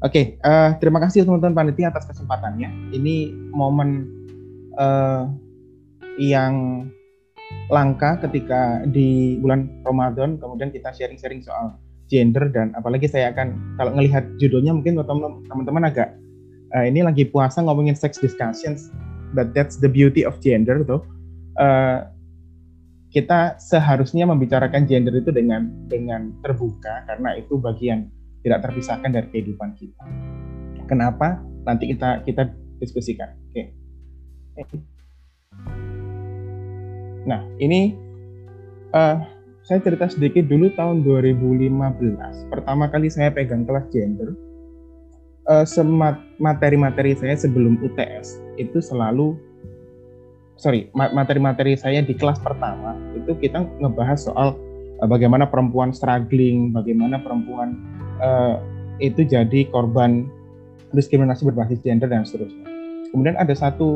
Oke, terima kasih teman-teman panitia atas kesempatannya. Ini momen eh, yang langka ketika di bulan Ramadan, kemudian kita sharing-sharing soal gender, dan apalagi saya akan, kalau ngelihat judulnya mungkin teman-teman agak, ini lagi puasa ngomongin sex discussions, but that's the beauty of gender tuh. Kita seharusnya membicarakan gender itu dengan terbuka, karena itu bagian tidak terpisahkan dari kehidupan kita. Kenapa? Nanti kita diskusikan. Oke. Nah, ini saya cerita sedikit dulu. Tahun 2015 pertama kali saya pegang kelas gender. Materi-materi saya sebelum UTS itu selalu materi-materi saya di kelas pertama itu kita ngebahas soal bagaimana perempuan struggling, bagaimana perempuan itu jadi korban diskriminasi berbasis gender dan seterusnya. Kemudian ada satu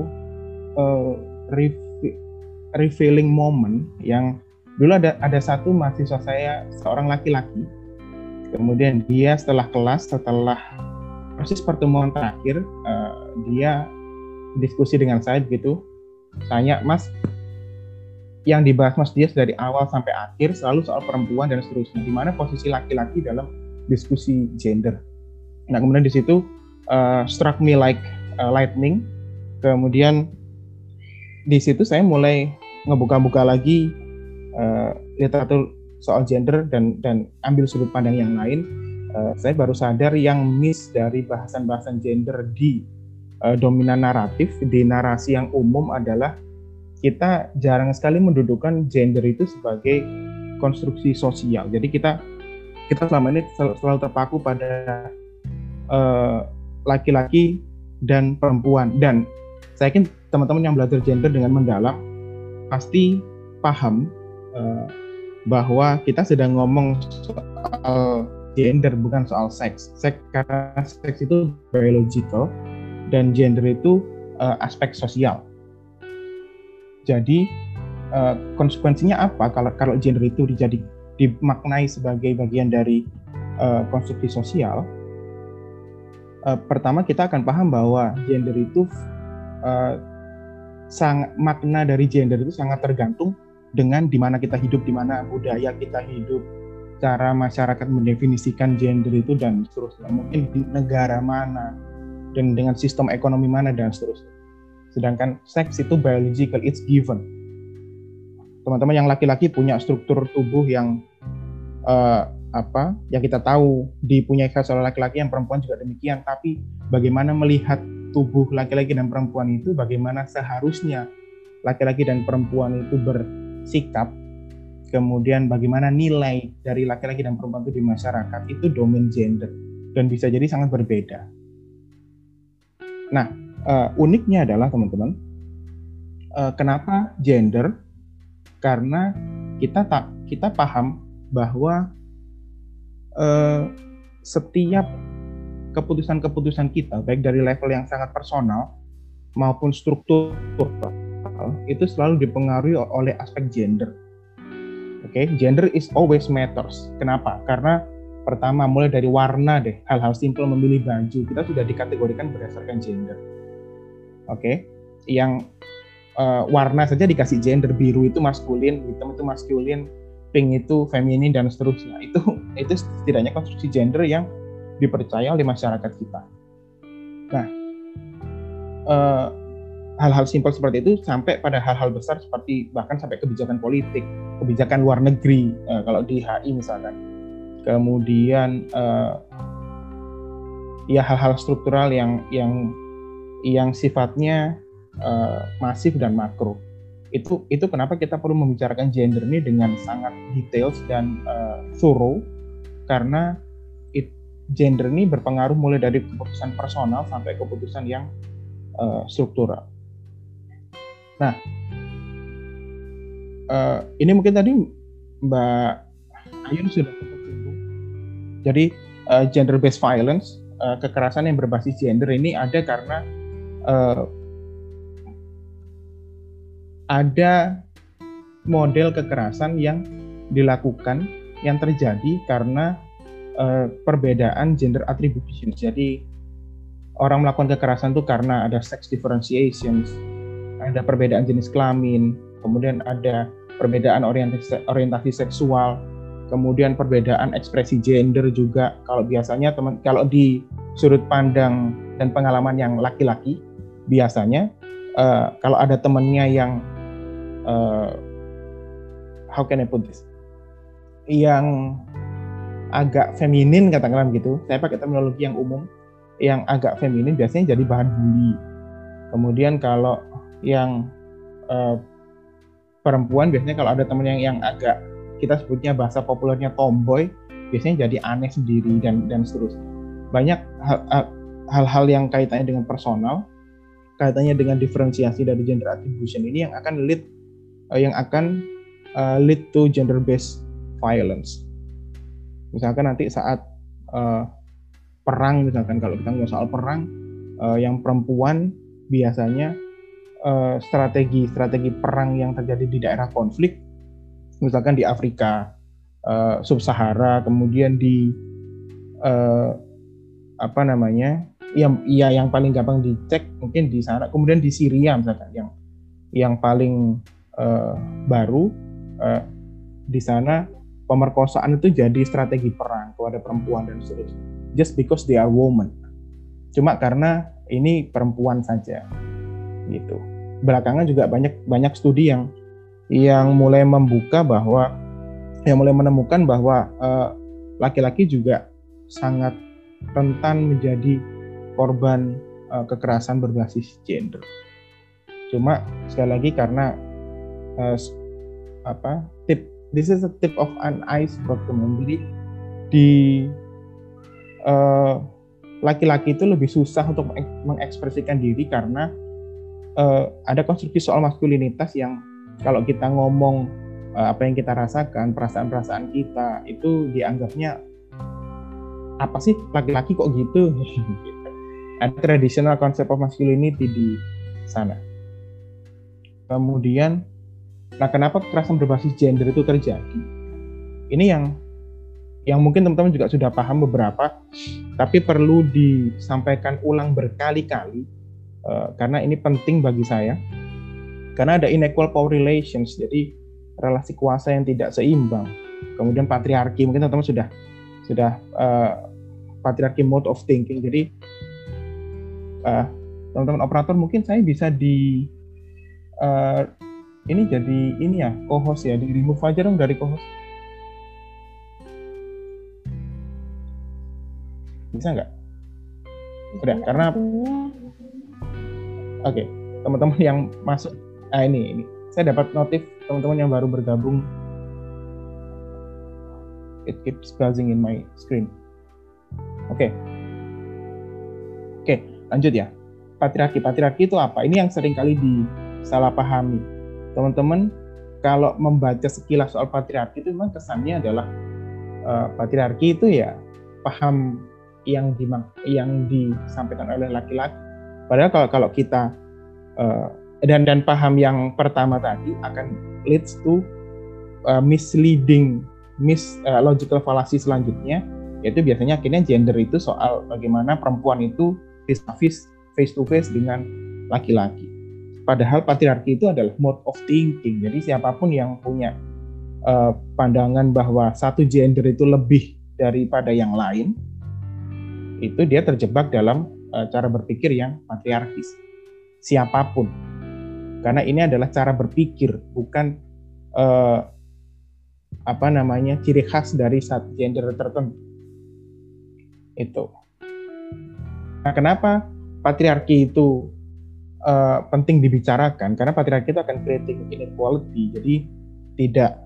revealing moment yang dulu ada satu mahasiswa saya, seorang laki-laki. Kemudian dia setelah proses pertemuan terakhir, dia diskusi dengan saya begitu, tanya, Mas, yang dibahas Mas Dias dari awal sampai akhir selalu soal perempuan dan seterusnya, di mana posisi laki-laki dalam diskusi gender. Nah, kemudian di situ struck me like lightning. Kemudian di situ saya mulai ngebuka-buka lagi literatur soal gender dan ambil sudut pandang yang lain. Saya baru sadar yang miss dari bahasan-bahasan gender di dominan naratif, di narasi yang umum adalah kita jarang sekali mendudukkan gender itu sebagai konstruksi sosial. Jadi kita selama ini selalu terpaku pada laki-laki dan perempuan. Dan saya yakin teman-teman yang belajar gender dengan mendalam pasti paham bahwa kita sedang ngomong soal gender, bukan soal seks. Karena seks itu biological dan gender itu aspek sosial. Jadi konsekuensinya apa kalau gender itu dimaknai sebagai bagian dari konstruksi sosial? Pertama, kita akan paham bahwa gender itu makna dari gender itu sangat tergantung dengan di mana kita hidup, di mana budaya kita hidup, cara masyarakat mendefinisikan gender itu dan seterusnya. Mungkin di negara mana dan dengan sistem ekonomi mana dan seterusnya. Sedangkan seks itu biological, it's given. Teman-teman yang laki-laki punya struktur tubuh yang yang kita tahu dipunyai khas oleh laki-laki, yang perempuan juga demikian. Tapi bagaimana melihat tubuh laki-laki dan perempuan itu, bagaimana seharusnya laki-laki dan perempuan itu bersikap, kemudian bagaimana nilai dari laki-laki dan perempuan itu di masyarakat, itu domain gender dan bisa jadi sangat berbeda. Nah, uniknya adalah teman-teman, kenapa gender? Karena kita paham bahwa setiap keputusan-keputusan kita, baik dari level yang sangat personal maupun struktural, itu selalu dipengaruhi oleh aspek gender. Oke, gender is always matters. Kenapa? Karena pertama, mulai dari warna deh, hal-hal simpel memilih baju, kita sudah dikategorikan berdasarkan gender. Oke, yang warna saja dikasih gender, biru itu maskulin, hitam itu maskulin, pink itu feminin dan seterusnya. Itu setidaknya konstruksi gender yang dipercaya oleh masyarakat kita. Nah, hal-hal simpel seperti itu sampai pada hal-hal besar seperti bahkan sampai kebijakan politik, kebijakan luar negeri, kalau di HI misalkan. Kemudian ya hal-hal struktural yang sifatnya masif dan makro. Itu kenapa kita perlu membicarakan gender ini dengan sangat detail dan thorough, karena gender ini berpengaruh mulai dari keputusan personal sampai keputusan yang struktural. Nah, ini mungkin tadi Mbak Ayun sudah singgung. Jadi gender based violence, kekerasan yang berbasis gender ini ada karena ada model kekerasan yang dilakukan, yang terjadi karena perbedaan gender attribution. Jadi orang melakukan kekerasan itu karena ada sex differentiations, ada perbedaan jenis kelamin, kemudian ada perbedaan orientasi seksual, kemudian perbedaan ekspresi gender juga. Kalau biasanya kalau di sudut pandang dan pengalaman yang laki-laki, biasanya kalau ada temannya yang how can I put this, yang agak feminin katakanlah gitu, saya pakai terminologi yang umum, yang agak feminin biasanya jadi bahan bully. Kemudian kalau yang perempuan biasanya kalau ada temen yang agak, kita sebutnya bahasa populernya tomboy, biasanya jadi aneh sendiri dan seterusnya. Banyak hal-hal yang kaitannya dengan personal, kaitannya dengan diferensiasi dari gender attribution ini yang akan lead to gender based violence. Misalkan nanti saat perang, misalkan kalau kita ngomong soal perang, yang perempuan biasanya strategi perang yang terjadi di daerah konflik, misalkan di Afrika Sub-Sahara, kemudian di yang paling gampang dicek mungkin di sana, kemudian di Syria misalkan yang paling baru di sana pemerkosaan itu jadi strategi perang kepada perempuan dan seterusnya, just because they are women, cuma karena ini perempuan saja gitu. Belakangan juga banyak studi yang mulai membuka bahwa mulai menemukan bahwa laki-laki juga sangat rentan menjadi korban kekerasan berbasis gender. Cuma sekali lagi karena this is a tip of an iceberg, teman. Jadi di laki-laki itu lebih susah untuk mengekspresikan diri karena ada konstruksi soal maskulinitas yang kalau kita ngomong apa yang kita rasakan, perasaan-perasaan kita itu dianggapnya apa sih, laki-laki kok gitu. Ada traditional concept of masculinity di sana. Kemudian, nah kenapa kekerasan berbasis gender itu terjadi? Ini yang mungkin teman-teman juga sudah paham beberapa, tapi perlu disampaikan ulang berkali-kali karena ini penting bagi saya. Karena ada unequal power relations, jadi relasi kuasa yang tidak seimbang. Kemudian patriarki, mungkin teman-teman sudah patriarki mode of thinking. Jadi teman-teman operator, mungkin saya bisa ini jadi ini ya, co-host ya, di remove aja dong dari co-host. Bisa nggak? Udah, karena oke, teman-teman yang masuk, ini saya dapat notif teman-teman yang baru bergabung. It keeps buzzing in my screen. Oke, lanjut ya. Patriarki itu apa? Ini yang sering kali disalahpahami. Teman-teman, kalau membaca sekilas soal patriarki itu memang kesannya adalah patriarki itu ya paham yang disampaikan oleh laki-laki. Padahal kalau kita dan paham yang pertama tadi akan leads to misleading, logical fallacy selanjutnya, yaitu biasanya akhirnya gender itu soal bagaimana perempuan itu face to face dengan laki-laki. Padahal patriarki itu adalah mode of thinking. Jadi siapapun yang punya pandangan bahwa satu gender itu lebih daripada yang lain, itu dia terjebak dalam cara berpikir yang patriarkis. Siapapun. Karena ini adalah cara berpikir, bukan ciri khas dari satu gender tertentu. Itu. Nah, kenapa patriarki itu penting dibicarakan? Karena patriarki itu akan creating inequality. Jadi tidak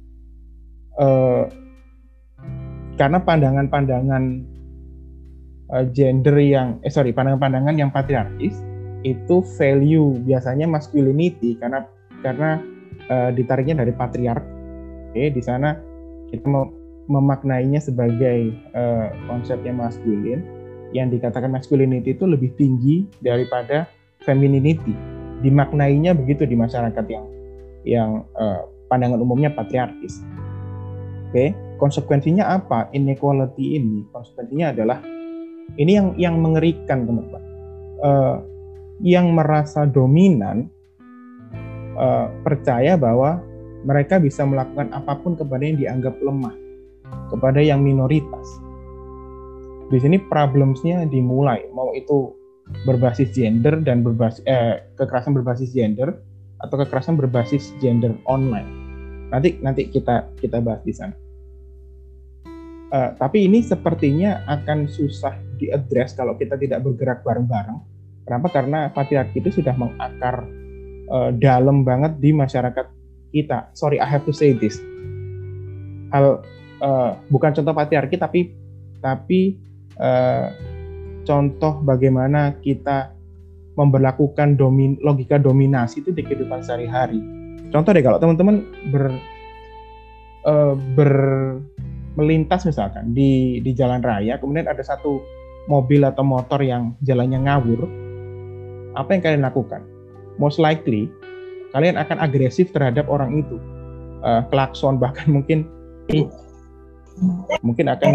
karena pandangan-pandangan pandangan-pandangan yang patriarkis itu value biasanya masculinity karena ditariknya dari patriark. Di sana kita memaknainya sebagai konsep yang maskulin, yang dikatakan masculinity itu lebih tinggi daripada femininity. Dimaknainya begitu di masyarakat yang pandangan umumnya patriarkis. konsekuensinya apa? Inequality ini konsekuensinya adalah ini yang mengerikan, teman-teman. Yang merasa dominan percaya bahwa mereka bisa melakukan apapun kepada yang dianggap lemah, kepada yang minoritas. Di sini problemsnya dimulai, mau itu berbasis gender dan kekerasan berbasis gender atau kekerasan berbasis gender online. Nanti kita bahas di sana. Tapi ini sepertinya akan susah diadres kalau kita tidak bergerak bareng-bareng. Kenapa? Karena patriarki itu sudah mengakar dalam banget di masyarakat kita. Sorry, I have to say this. Bukan contoh patriarki, tapi contoh bagaimana kita memberlakukan logika dominasi itu di kehidupan sehari-hari. Contoh deh, kalau teman-teman melintas misalkan di jalan raya, kemudian ada satu mobil atau motor yang jalannya ngawur, apa yang kalian lakukan? Most likely kalian akan agresif terhadap orang itu, klakson, bahkan mungkin akan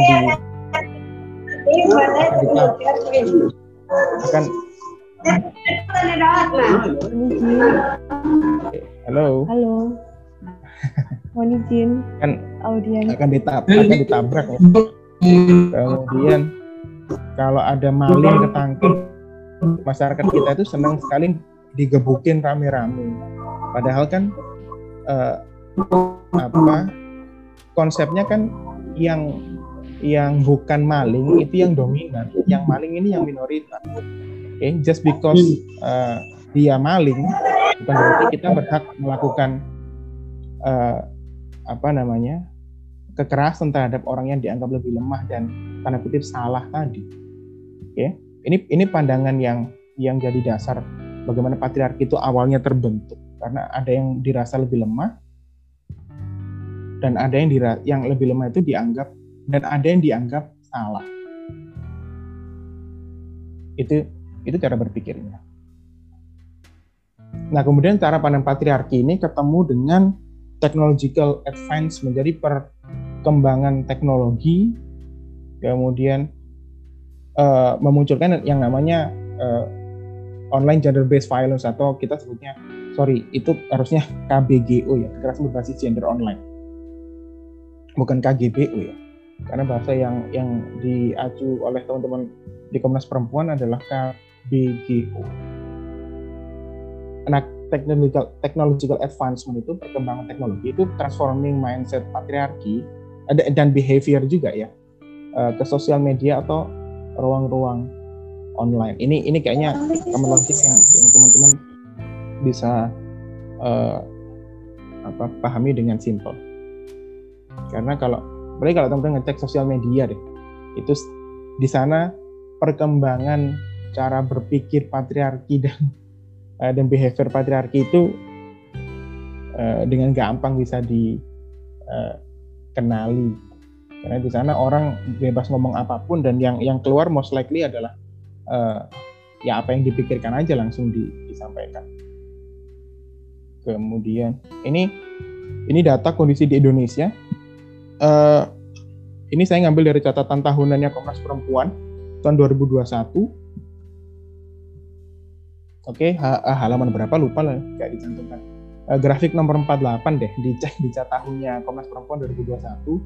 halo mohon izin kan audiens akan ditabrak ya. Kemudian kalau ada maling ketangkep, masyarakat kita itu senang sekali digebukin rame-rame, padahal kan konsepnya kan yang bukan maling itu yang dominan, yang maling ini yang minoritas. Okay? Just because dia maling bukan berarti kita berhak melakukan kekerasan terhadap orang yang dianggap lebih lemah dan tanda kutip salah tadi. Okay? Ini pandangan yang jadi dasar bagaimana patriarki itu awalnya terbentuk, karena ada yang dirasa lebih lemah dan ada yang lebih lemah itu dianggap, dan ada yang dianggap salah. Itu cara berpikirnya. Nah, kemudian cara pandang patriarki ini ketemu dengan technological advancement, jadi perkembangan teknologi, kemudian memunculkan yang namanya online gender based violence, atau kita sebutnya, itu harusnya KBGO ya, kekerasan berbasis gender online, bukan KGBO ya. Karena bahasa yang diacu oleh teman-teman di Komnas Perempuan adalah KBGO. Nah, technological advancement itu, perkembangan teknologi itu transforming mindset patriarki dan behavior juga ya ke sosial media atau ruang-ruang online. Ini kayaknya terminologi yang teman-teman bisa pahami dengan simpel. Karena kalau teman-teman ngecek sosial media deh, itu di sana perkembangan cara berpikir patriarki dan behavior patriarki itu dengan gampang bisa dikenali. Karena di sana orang bebas ngomong apapun, dan yang keluar most likely adalah ya apa yang dipikirkan aja langsung disampaikan. Kemudian ini data kondisi di Indonesia. Ini saya ngambil dari catatan tahunannya Komnas Perempuan tahun 2021. Oke, halaman berapa lupa lah, nggak dicantumkan. Grafik nomor 48 deh, dicek di tahunnya Komnas Perempuan 2021.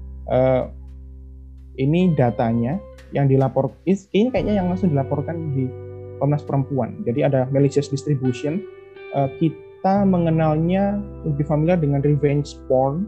Ini datanya yang dilaporkan, ini kayaknya yang langsung dilaporkan di Komnas Perempuan. Jadi ada malicious distribution. Kita mengenalnya lebih familiar dengan revenge porn.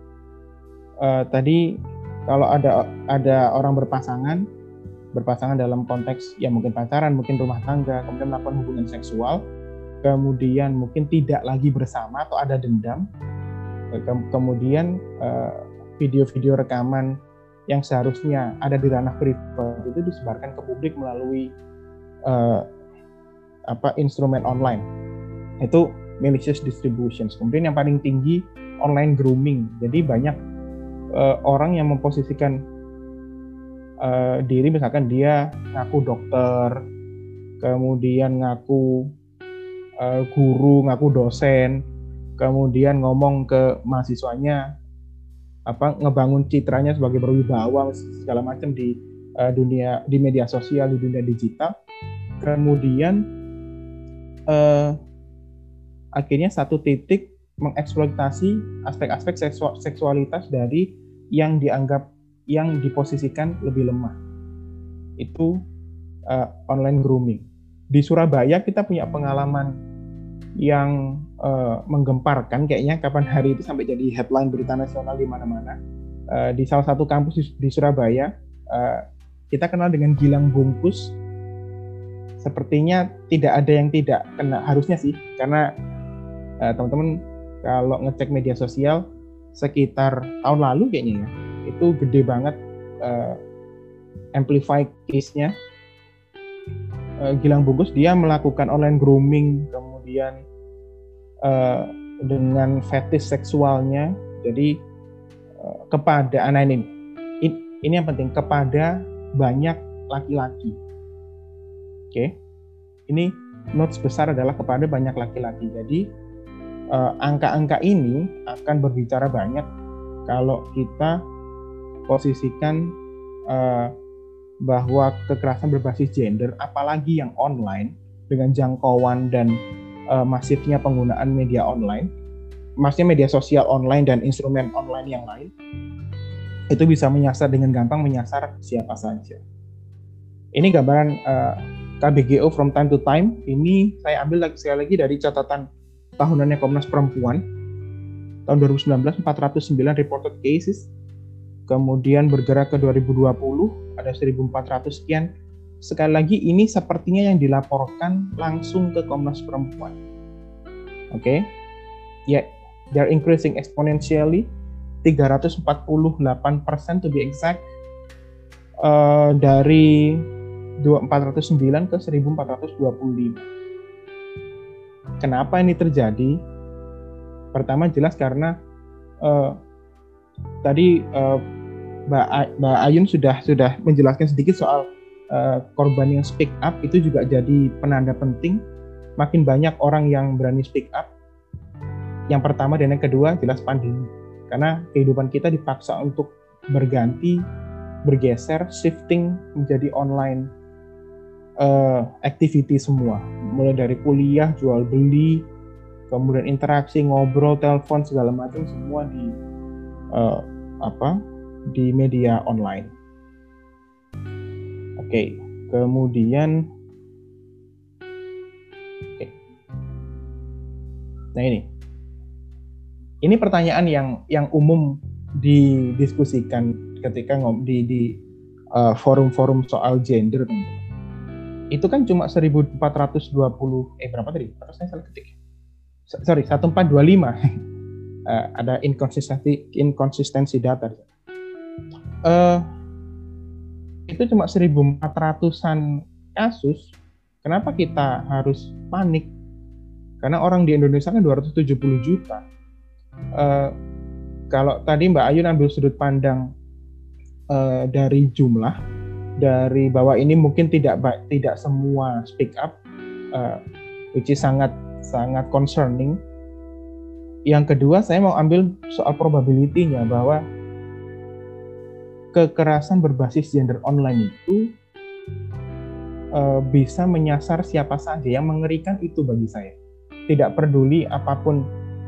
Tadi kalau ada orang berpasangan dalam konteks ya mungkin pacaran, mungkin rumah tangga, kemudian melakukan hubungan seksual, kemudian mungkin tidak lagi bersama atau ada dendam, kemudian video-video rekaman yang seharusnya ada di ranah privat itu disebarkan ke publik melalui instrumen online. Itu malicious distributions. Kemudian yang paling tinggi online grooming. Jadi banyak orang yang memposisikan diri, misalkan dia ngaku dokter, kemudian ngaku guru, ngaku dosen, kemudian ngomong ke mahasiswanya ngebangun citranya sebagai berwibawa segala macam di dunia, di media sosial, di dunia digital. Kemudian akhirnya satu titik mengeksploitasi aspek-aspek seksualitas dari yang diposisikan lebih lemah. Itu online grooming. Di Surabaya kita punya pengalaman yang menggemparkan kayaknya, kapan hari itu sampai jadi headline berita nasional di mana-mana. Di salah satu kampus di Surabaya, kita kenal dengan Gilang Bungkus. Sepertinya tidak ada yang tidak kena, harusnya sih, karena teman-teman kalau ngecek media sosial sekitar tahun lalu kayaknya ya, itu gede banget amplify case-nya. Gilang Bungkus dia melakukan online grooming, kemudian dengan fetish seksualnya, jadi kepada anak ini yang penting, kepada banyak laki-laki. Oke, ini notes besar adalah kepada banyak laki-laki. Jadi angka-angka ini akan berbicara banyak kalau kita posisikan bahwa kekerasan berbasis gender, apalagi yang online dengan jangkauan dan masifnya penggunaan media online, maksudnya media sosial online dan instrumen online yang lain, itu bisa menyasar dengan gampang, menyasar siapa saja. Ini gambaran KBGO from time to time. Ini saya ambil sekali lagi dari catatan tahunannya Komnas Perempuan tahun 2019, 409 reported cases. Kemudian bergerak ke 2020 ada 1.400 sekian. Sekali lagi ini sepertinya yang dilaporkan langsung ke Komnas Perempuan. Oke. Yeah, they're increasing exponentially, 348% to be exact, dari 409 ke 1.425. Kenapa ini terjadi? Pertama jelas karena tadi Mbak Ayun sudah menjelaskan sedikit soal korban yang speak up. Itu juga jadi penanda penting. Makin banyak orang yang berani speak up. Yang pertama dan yang kedua jelas pandemi. Karena kehidupan kita dipaksa untuk berganti, bergeser, shifting menjadi online activity semua. Mulai dari kuliah, jual beli, kemudian interaksi, ngobrol, telepon, segala macam semua di media online. Oke, kemudian nah ini pertanyaan yang umum didiskusikan ketika di forum-forum soal gender, teman-teman. Itu kan cuma 1420 berapa tadi? Atau saya salah ketik? Sorry, 1425. Ada inkonsistensi data. Itu cuma 1.400-an kasus. Kenapa kita harus panik? Karena orang di Indonesia kan 270 juta. Kalau tadi Mbak Ayun ambil sudut pandang dari jumlah, dari bahwa ini mungkin tidak semua speak up, which is sangat concerning. Yang kedua, saya mau ambil soal probability-nya, bahwa kekerasan berbasis gender online itu bisa menyasar siapa saja. Yang mengerikan itu bagi saya. Tidak peduli apapun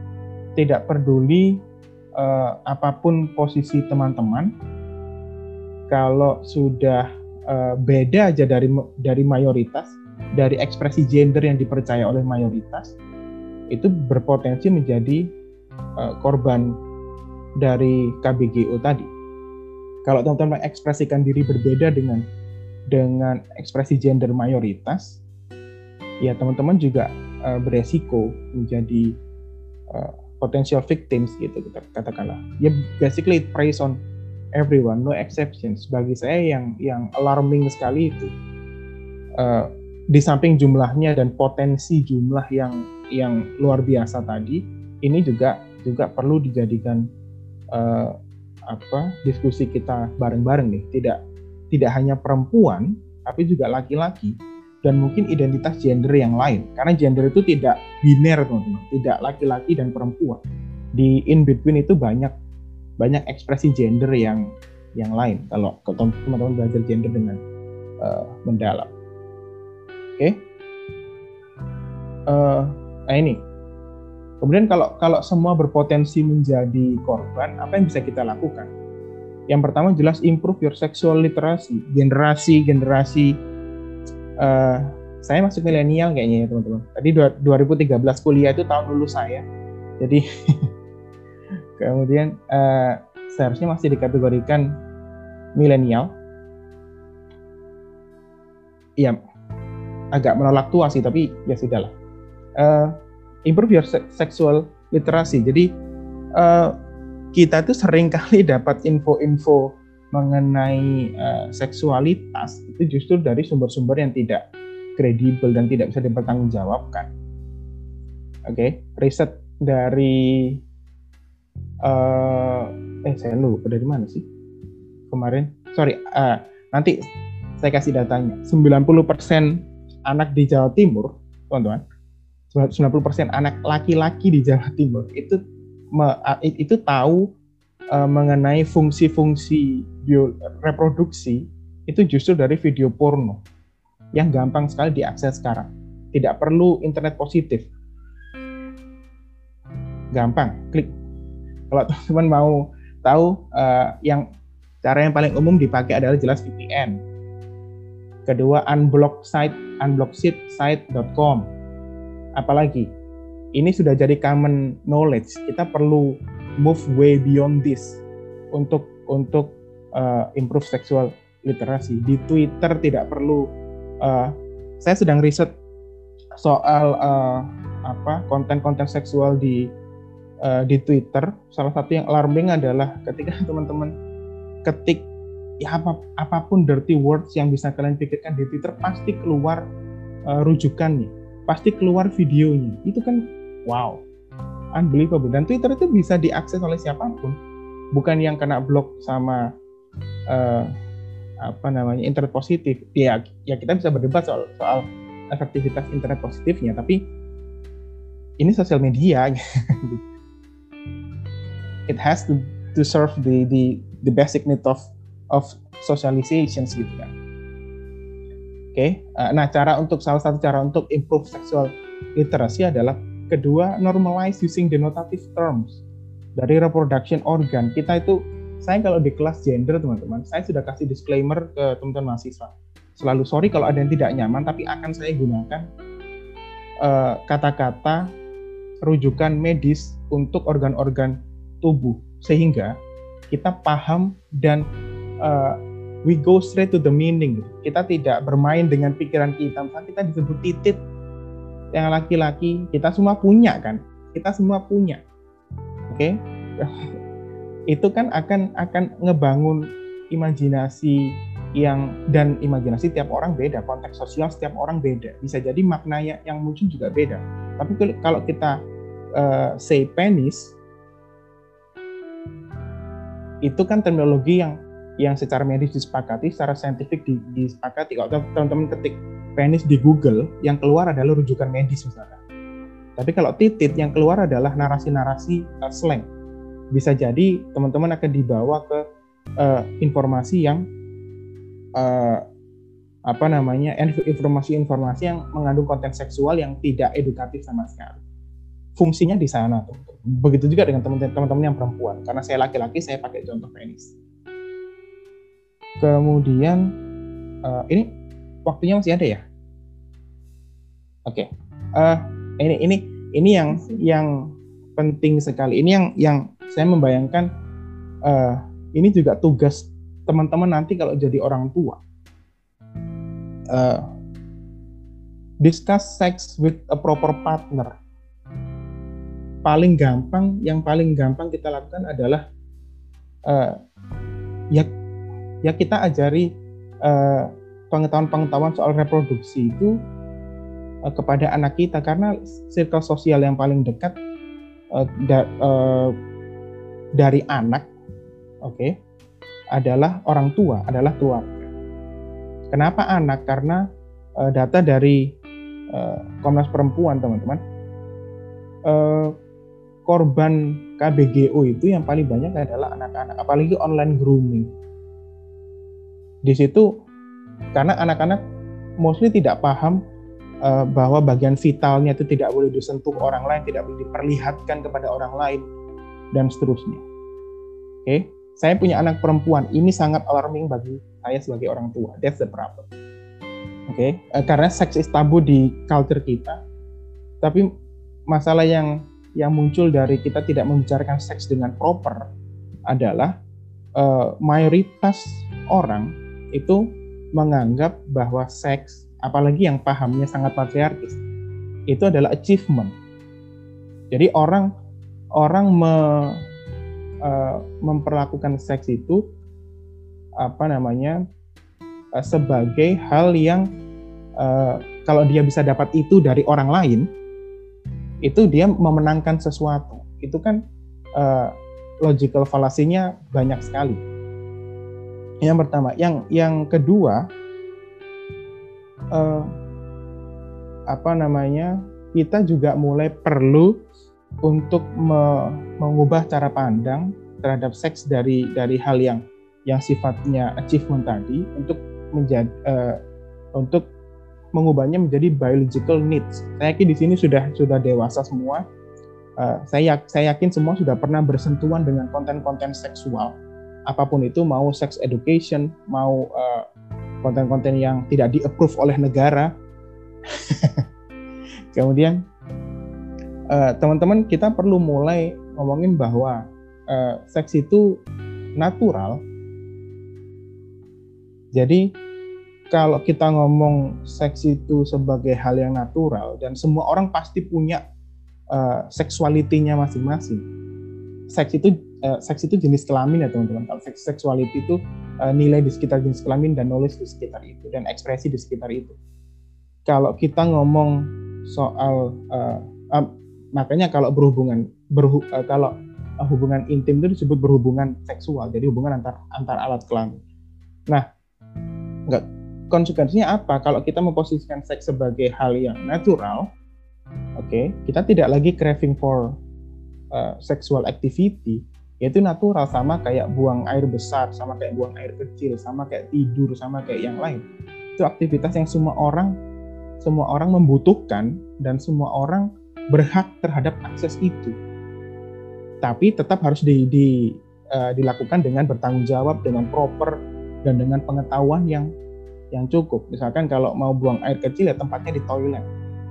posisi teman-teman, kalau sudah beda aja dari mayoritas, dari ekspresi gender yang dipercaya oleh mayoritas, itu berpotensi menjadi korban dari KBGO tadi. Kalau teman-teman mengekspresikan diri berbeda dengan ekspresi gender mayoritas, ya teman-teman juga beresiko menjadi potential victims gitu, katakanlah. Ya basically it preys on everyone, no exceptions. Bagi saya yang alarming sekali itu, di samping jumlahnya dan potensi jumlah yang luar biasa tadi, ini juga perlu dijadikan diskusi kita bareng-bareng nih. Tidak hanya perempuan, tapi juga laki-laki dan mungkin identitas gender yang lain. Karena gender itu tidak biner, teman-teman, tidak laki-laki dan perempuan. Di in between itu banyak banyak ekspresi gender yang lain kalau teman-teman belajar gender dengan mendalam. Oke. Nah ini. Kemudian kalau semua berpotensi menjadi korban, apa yang bisa kita lakukan? Yang pertama jelas improve your sexual literacy. Generasi saya masuk milenial kayaknya ya teman-teman. Tadi 2013 kuliah itu tahun lulus saya. Jadi kemudian seharusnya masih dikategorikan milenial. Iya, agak menolak tua sih, tapi ya sudahlah. Improve your sexual literacy. Jadi kita tuh sering kali dapat info-info mengenai seksualitas itu justru dari sumber-sumber yang tidak kredibel dan tidak bisa dipertanggungjawabkan. Oke, riset dari saya lupa dari mana sih kemarin. Sorry, nanti saya kasih datanya. 90% anak di Jawa Timur, teman-teman, 90% anak laki-laki di Jawa Timur itu tahu mengenai fungsi-fungsi reproduksi itu justru dari video porno yang gampang sekali diakses sekarang. Tidak perlu internet positif. Gampang, klik. Kalau teman-teman mau tahu, cara yang paling umum dipakai adalah jelas VPN. Kedua, unblocksite.com. Apalagi, ini sudah jadi common knowledge. Kita perlu move way beyond this untuk improve sexual literacy. Di Twitter tidak perlu. Saya sedang riset soal konten-konten seksual di Twitter. Salah satu yang alarming adalah ketika teman-teman ketik apapun dirty words yang bisa kalian pikirkan di Twitter, pasti keluar rujukannya, pasti keluar videonya. Itu kan wow, unbelievable. Dan Twitter itu bisa diakses oleh siapapun, bukan yang kena blok sama internet positif. Ya kita bisa berdebat soal efektivitas internet positifnya, tapi ini sosial media. It has to serve the basic need of socialization gitu kan. Oke. Nah, salah satu cara untuk improve sexual literacy adalah kedua, normalize using denotative terms dari reproduction organ. Saya kalau di kelas gender teman-teman, saya sudah kasih disclaimer ke teman-teman mahasiswa. Selalu sorry kalau ada yang tidak nyaman, tapi akan saya gunakan kata-kata rujukan medis untuk organ-organ tubuh sehingga kita paham dan we go straight to the meaning. Kita tidak bermain dengan pikiran kita. Misalnya kita disebut titit yang laki-laki, kita semua punya kan? Kita semua punya. Oke? Itu kan akan ngebangun imajinasi dan imajinasi tiap orang beda, konteks sosial setiap orang beda. Bisa jadi maknanya yang muncul juga beda. Tapi kalau kita say penis, itu kan terminologi yang secara medis disepakati, secara saintifik disepakati. Kalau teman-teman ketik penis di Google, yang keluar adalah rujukan medis misalnya. Tapi kalau titit, yang keluar adalah narasi-narasi slang. Bisa jadi teman-teman akan dibawa ke informasi yang informasi yang mengandung konten seksual yang tidak edukatif sama sekali. Fungsinya di sana tuh. Begitu juga dengan teman-teman yang perempuan. Karena saya laki-laki, saya pakai contoh penis. Kemudian ini waktunya masih ada ya? Oke. Ini yang penting sekali. Ini yang saya membayangkan ini juga tugas teman-teman nanti kalau jadi orang tua. Discuss sex with a proper partner. Yang paling gampang kita lakukan adalah ya kita ajari pengetahuan soal reproduksi itu kepada anak kita, karena circle sosial yang paling dekat dari anak, adalah orang tua, adalah keluarga. Kenapa anak? Karena data dari Komnas Perempuan, teman-teman, korban KBGO itu yang paling banyak adalah anak-anak, apalagi online grooming. Di situ karena anak-anak mostly tidak paham bahwa bagian vitalnya itu tidak boleh disentuh orang lain, tidak boleh diperlihatkan kepada orang lain, dan seterusnya. Oke, saya punya anak perempuan, ini sangat alarming bagi saya sebagai orang tua. That's the problem. Oke, karena seks is tabu di culture kita, tapi masalah yang muncul dari kita tidak membicarakan seks dengan proper adalah mayoritas orang itu menganggap bahwa seks, apalagi yang pahamnya sangat patriarkis, itu adalah achievement. Jadi orang memperlakukan seks itu sebagai hal yang kalau dia bisa dapat itu dari orang lain, itu dia memenangkan sesuatu. Itu kan logical fallacy-nya banyak sekali. Yang pertama, yang kedua, kita juga mulai perlu untuk mengubah cara pandang terhadap seks dari hal yang sifatnya achievement tadi untuk mengubahnya menjadi biological needs. Saya yakin di sini sudah dewasa semua. Saya yakin semua sudah pernah bersentuhan dengan konten-konten seksual, apapun itu, mau sex education, mau konten-konten yang tidak di-approve oleh negara. Kemudian teman-teman, kita perlu mulai ngomongin bahwa seks itu natural. Jadi kalau kita ngomong seks itu sebagai hal yang natural dan semua orang pasti punya seksualitinya masing-masing. Seks itu jenis kelamin ya teman-teman. Kalau seksualiti itu nilai di sekitar jenis kelamin dan knowledge di sekitar itu dan ekspresi di sekitar itu. Kalau kita ngomong soal makanya kalau kalau hubungan intim itu disebut berhubungan seksual, jadi hubungan antar alat kelamin. Nah, konsekuensinya apa kalau kita memposisikan seks sebagai hal yang natural? Oke, kita tidak lagi craving for sexual activity, yaitu natural, sama kayak buang air besar, sama kayak buang air kecil, sama kayak tidur, sama kayak yang lain. Itu aktivitas yang semua orang membutuhkan dan semua orang berhak terhadap akses itu. Tapi tetap harus dilakukan dengan bertanggung jawab, dengan proper, dan dengan pengetahuan yang cukup. Misalkan kalau mau buang air kecil ya tempatnya di toilet.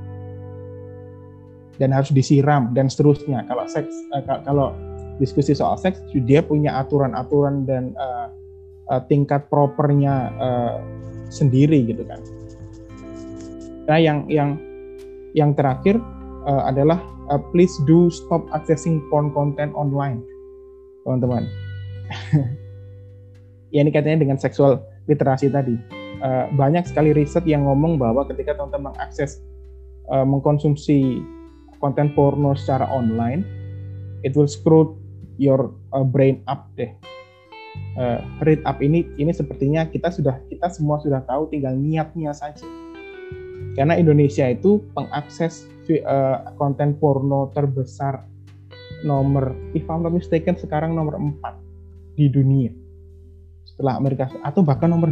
Dan harus disiram dan seterusnya. Kalau diskusi soal seks, dia punya aturan-aturan dan tingkat propernya sendiri gitu kan. Nah, yang terakhir adalah please do stop accessing porn content online, teman-teman. Ya, ini katanya dengan sexual literasi tadi. Banyak sekali riset yang ngomong bahwa ketika teman-teman mengakses, mengkonsumsi konten porno secara online, it will screw your brain up deh. Read up ini sepertinya kita semua sudah tahu, tinggal niatnya saja. Karena Indonesia itu pengakses konten porno terbesar nomor, if I'm not mistaken, sekarang nomor 4 di dunia setelah Amerika, atau bahkan nomor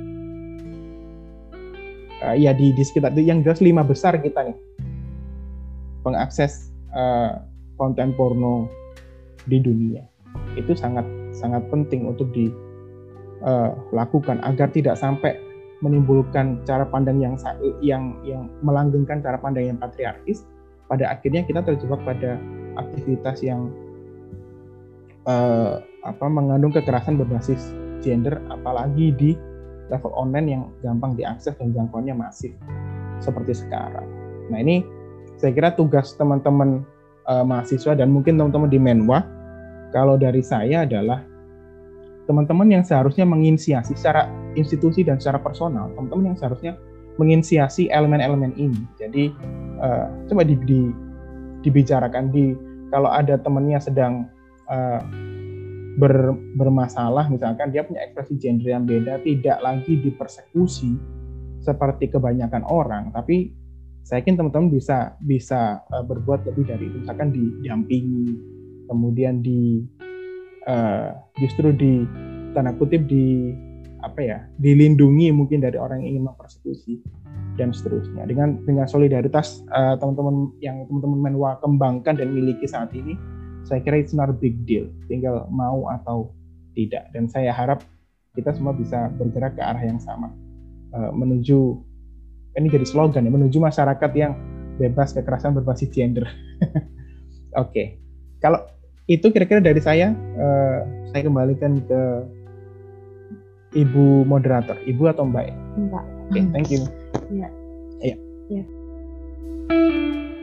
2. Ya di sekitar itu, yang jelas 5 besar kita nih pengakses konten porno di dunia. Itu sangat penting untuk dilakukan agar tidak sampai menimbulkan cara pandang yang melanggengkan cara pandang yang patriarkis. Pada akhirnya kita terjebak pada aktivitas yang mengandung kekerasan berbasis gender, apalagi di level online yang gampang diakses dan jangkauannya masif seperti sekarang. Nah, ini saya kira tugas teman-teman mahasiswa dan mungkin teman-teman di Menwa, kalau dari saya adalah teman-teman yang seharusnya menginisiasi secara institusi dan secara personal, teman-teman yang seharusnya menginisiasi elemen-elemen ini. Jadi coba dibicarakan, kalau ada temannya sedang bermasalah, misalkan dia punya ekspresi gender yang beda, tidak lagi dipersekusi seperti kebanyakan orang, tapi saya yakin teman-teman bisa berbuat lebih dari itu, misalkan didampingi, kemudian justru di tanda kutip dilindungi mungkin dari orang yang ingin mempersekusi dan seterusnya. Dengan solidaritas teman-teman yang teman-teman Menwa kembangkan dan miliki saat ini, saya kira it's not a big deal, tinggal mau atau tidak. Dan saya harap kita semua bisa bergerak ke arah yang sama, menuju, ini jadi slogan ya, menuju masyarakat yang bebas kekerasan berbasis gender. Oke. Kalau itu kira-kira dari saya kembalikan ke Ibu moderator, Ibu atau Mbak? Mbak. Oke, thank you. Iya. Iya. Iya.